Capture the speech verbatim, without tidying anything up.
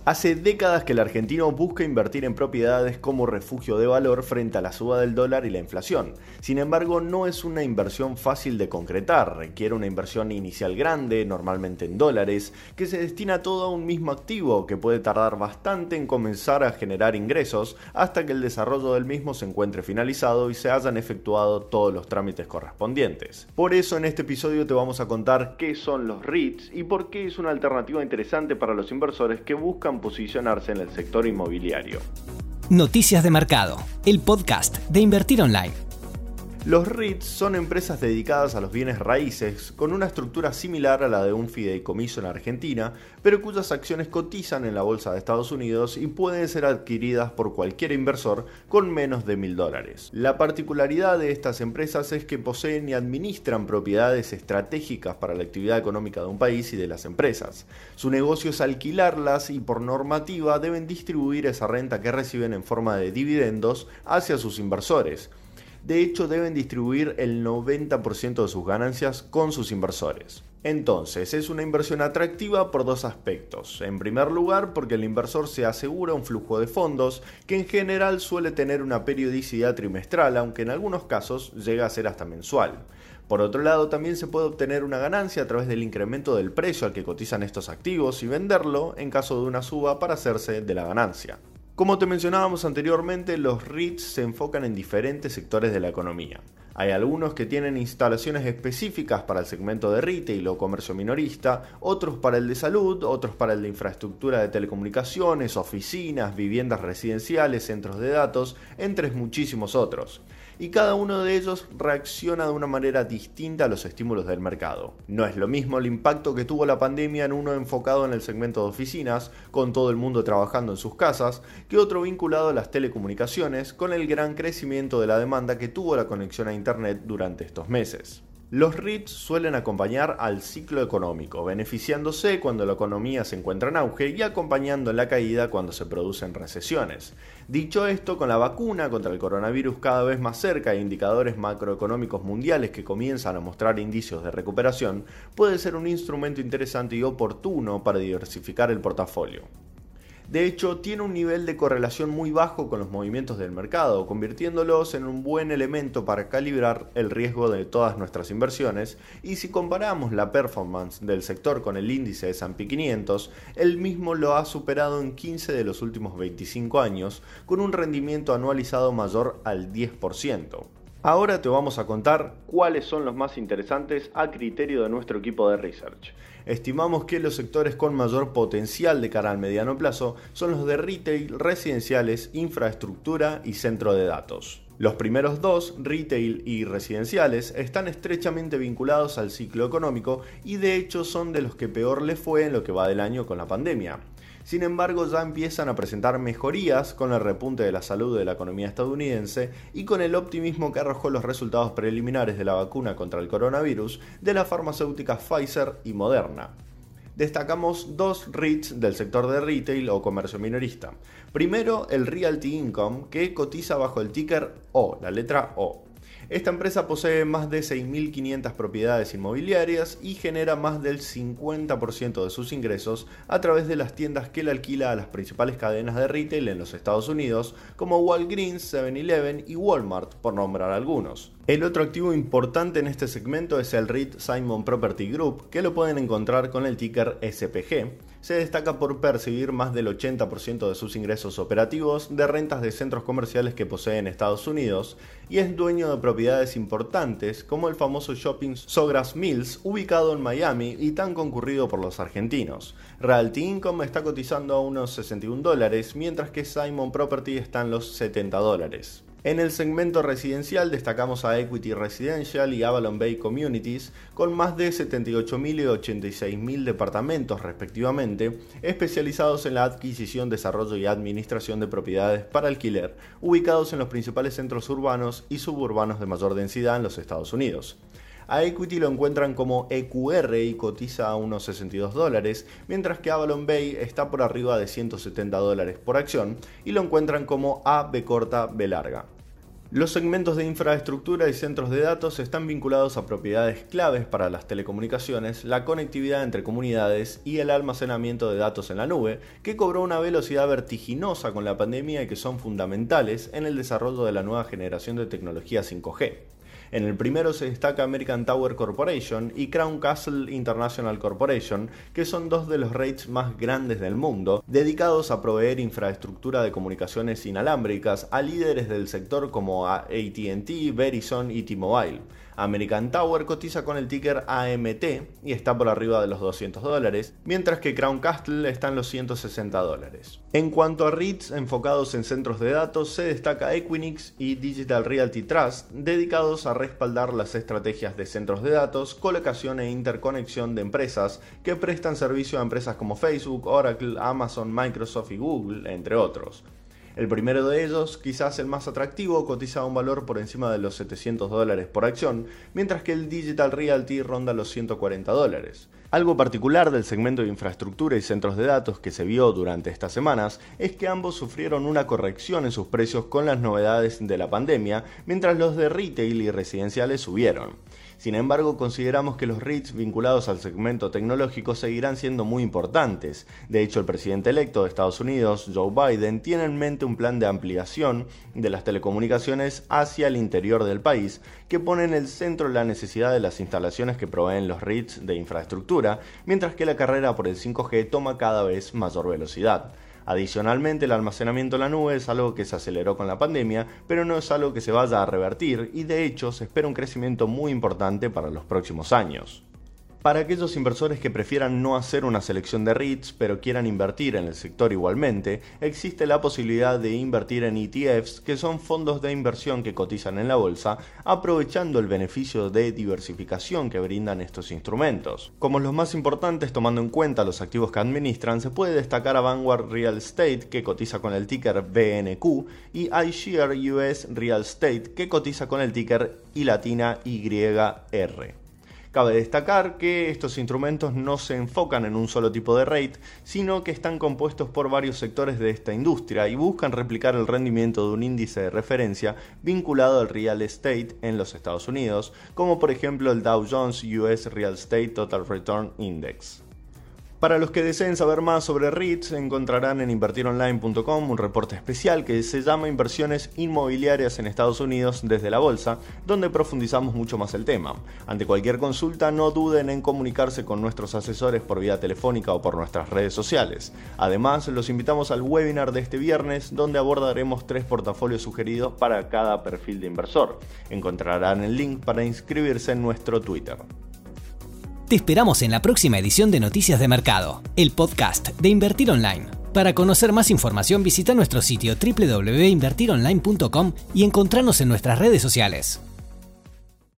Hace décadas que el argentino busca invertir en propiedades como refugio de valor frente a la suba del dólar y la inflación. Sin embargo, no es una inversión fácil de concretar, requiere una inversión inicial grande, normalmente en dólares, que se destina todo a un mismo activo, que puede tardar bastante en comenzar a generar ingresos hasta que el desarrollo del mismo se encuentre finalizado y se hayan efectuado todos los trámites correspondientes. Por eso en este episodio te vamos a contar qué son los REITs y por qué es una alternativa interesante para los inversores que buscan posicionarse en el sector inmobiliario. Noticias de Mercado, el podcast de Invertir Online. Los REITs son empresas dedicadas a los bienes raíces con una estructura similar a la de un fideicomiso en Argentina, pero cuyas acciones cotizan en la bolsa de Estados Unidos y pueden ser adquiridas por cualquier inversor con menos de mil dólares. La particularidad de estas empresas es que poseen y administran propiedades estratégicas para la actividad económica de un país y de las empresas. Su negocio es alquilarlas y por normativa deben distribuir esa renta que reciben en forma de dividendos hacia sus inversores. De hecho, deben distribuir el noventa por ciento de sus ganancias con sus inversores. Entonces, es una inversión atractiva por dos aspectos. En primer lugar, porque el inversor se asegura un flujo de fondos que en general suele tener una periodicidad trimestral, aunque en algunos casos llega a ser hasta mensual. Por otro lado, también se puede obtener una ganancia a través del incremento del precio al que cotizan estos activos y venderlo en caso de una suba para hacerse de la ganancia. Como te mencionábamos anteriormente, los REITs se enfocan en diferentes sectores de la economía. Hay algunos que tienen instalaciones específicas para el segmento de retail o comercio minorista, otros para el de salud, otros para el de infraestructura de telecomunicaciones, oficinas, viviendas residenciales, centros de datos, entre muchísimos otros. Y cada uno de ellos reacciona de una manera distinta a los estímulos del mercado. No es lo mismo el impacto que tuvo la pandemia en uno enfocado en el segmento de oficinas, con todo el mundo trabajando en sus casas, que otro vinculado a las telecomunicaciones, con el gran crecimiento de la demanda que tuvo la conexión a Internet durante estos meses. Los REITs suelen acompañar al ciclo económico, beneficiándose cuando la economía se encuentra en auge y acompañando en la caída cuando se producen recesiones. Dicho esto, con la vacuna contra el coronavirus cada vez más cerca e indicadores macroeconómicos mundiales que comienzan a mostrar indicios de recuperación, puede ser un instrumento interesante y oportuno para diversificar el portafolio. De hecho, tiene un nivel de correlación muy bajo con los movimientos del mercado, convirtiéndolos en un buen elemento para calibrar el riesgo de todas nuestras inversiones, y si comparamos la performance del sector con el índice de ese and pe quinientos, el mismo lo ha superado en quince de los últimos veinticinco años, con un rendimiento anualizado mayor al diez por ciento. Ahora te vamos a contar cuáles son los más interesantes a criterio de nuestro equipo de research. Estimamos que los sectores con mayor potencial de cara al mediano plazo son los de retail, residenciales, infraestructura y centro de datos. Los primeros dos, retail y residenciales, están estrechamente vinculados al ciclo económico y de hecho son de los que peor le fue en lo que va del año con la pandemia. Sin embargo, ya empiezan a presentar mejorías con el repunte de la salud de la economía estadounidense y con el optimismo que arrojó los resultados preliminares de la vacuna contra el coronavirus de las farmacéuticas Pfizer y Moderna. Destacamos dos REITs del sector de retail o comercio minorista. Primero, el Realty Income, que cotiza bajo el ticker O, la letra O. Esta empresa posee más de seis mil quinientas propiedades inmobiliarias y genera más del cincuenta por ciento de sus ingresos a través de las tiendas que le alquila a las principales cadenas de retail en los Estados Unidos, como Walgreens, seven eleven y Walmart, por nombrar algunos. El otro activo importante en este segmento es el REIT Simon Property Group, que lo pueden encontrar con el ticker ese pe ge. Se destaca por percibir más del ochenta por ciento de sus ingresos operativos de rentas de centros comerciales que posee en Estados Unidos y es dueño de propiedades importantes como el famoso shopping Sawgrass Mills, ubicado en Miami y tan concurrido por los argentinos. Realty Income está cotizando a unos sesenta y un dólares, mientras que Simon Property está en los setenta dólares. En el segmento residencial destacamos a Equity Residential y Avalon Bay Communities, con más de setenta y ocho mil y ochenta y seis mil departamentos respectivamente, especializados en la adquisición, desarrollo y administración de propiedades para alquiler, ubicados en los principales centros urbanos y suburbanos de mayor densidad en los Estados Unidos. A Equity lo encuentran como E Q R y cotiza a unos sesenta y dos dólares, mientras que Avalon Bay está por arriba de ciento setenta dólares por acción y lo encuentran como A B corta B larga. Los segmentos de infraestructura y centros de datos están vinculados a propiedades claves para las telecomunicaciones, la conectividad entre comunidades y el almacenamiento de datos en la nube, que cobró una velocidad vertiginosa con la pandemia y que son fundamentales en el desarrollo de la nueva generación de tecnología cinco G. En el primero se destaca American Tower Corporation y Crown Castle International Corporation, que son dos de los REITs más grandes del mundo, dedicados a proveer infraestructura de comunicaciones inalámbricas a líderes del sector como A T and T, Verizon y T-Mobile. American Tower cotiza con el ticker A M T y está por arriba de los doscientos dólares, mientras que Crown Castle está en los ciento sesenta dólares. En cuanto a REITs enfocados en centros de datos, se destaca Equinix y Digital Realty Trust, dedicados a respaldar las estrategias de centros de datos, colocación e interconexión de empresas que prestan servicio a empresas como Facebook, Oracle, Amazon, Microsoft y Google, entre otros. El primero de ellos, quizás el más atractivo, cotiza a un valor por encima de los setecientos dólares por acción, mientras que el Digital Realty ronda los ciento cuarenta dólares. Algo particular del segmento de infraestructura y centros de datos que se vio durante estas semanas es que ambos sufrieron una corrección en sus precios con las novedades de la pandemia, mientras los de retail y residenciales subieron. Sin embargo, consideramos que los REITs vinculados al segmento tecnológico seguirán siendo muy importantes. De hecho, el presidente electo de Estados Unidos, Joe Biden, tiene en mente un plan de ampliación de las telecomunicaciones hacia el interior del país, que pone en el centro la necesidad de las instalaciones que proveen los REITs de infraestructura, mientras que la carrera por el cinco G toma cada vez mayor velocidad. Adicionalmente, el almacenamiento en la nube es algo que se aceleró con la pandemia, pero no es algo que se vaya a revertir y de hecho se espera un crecimiento muy importante para los próximos años. Para aquellos inversores que prefieran no hacer una selección de REITs pero quieran invertir en el sector igualmente, existe la posibilidad de invertir en E T Fs, que son fondos de inversión que cotizan en la bolsa, aprovechando el beneficio de diversificación que brindan estos instrumentos. Como los más importantes tomando en cuenta los activos que administran, se puede destacar a Vanguard Real Estate, que cotiza con el ticker V N Q, y iShares U S Real Estate, que cotiza con el ticker I latina Y R. Cabe destacar que estos instrumentos no se enfocan en un solo tipo de REIT, sino que están compuestos por varios sectores de esta industria y buscan replicar el rendimiento de un índice de referencia vinculado al real estate en los Estados Unidos, como por ejemplo el Dow Jones U S Real Estate Total Return Index. Para los que deseen saber más sobre REITs, encontrarán en invertir online punto com un reporte especial que se llama Inversiones inmobiliarias en Estados Unidos desde la bolsa, donde profundizamos mucho más el tema. Ante cualquier consulta, no duden en comunicarse con nuestros asesores por vía telefónica o por nuestras redes sociales. Además, los invitamos al webinar de este viernes, donde abordaremos tres portafolios sugeridos para cada perfil de inversor. Encontrarán el link para inscribirse en nuestro Twitter. Te esperamos en la próxima edición de Noticias de Mercado, el podcast de Invertir Online. Para conocer más información, visita nuestro sitio doble u doble u doble u punto invertir online punto com y encontrarnos en nuestras redes sociales.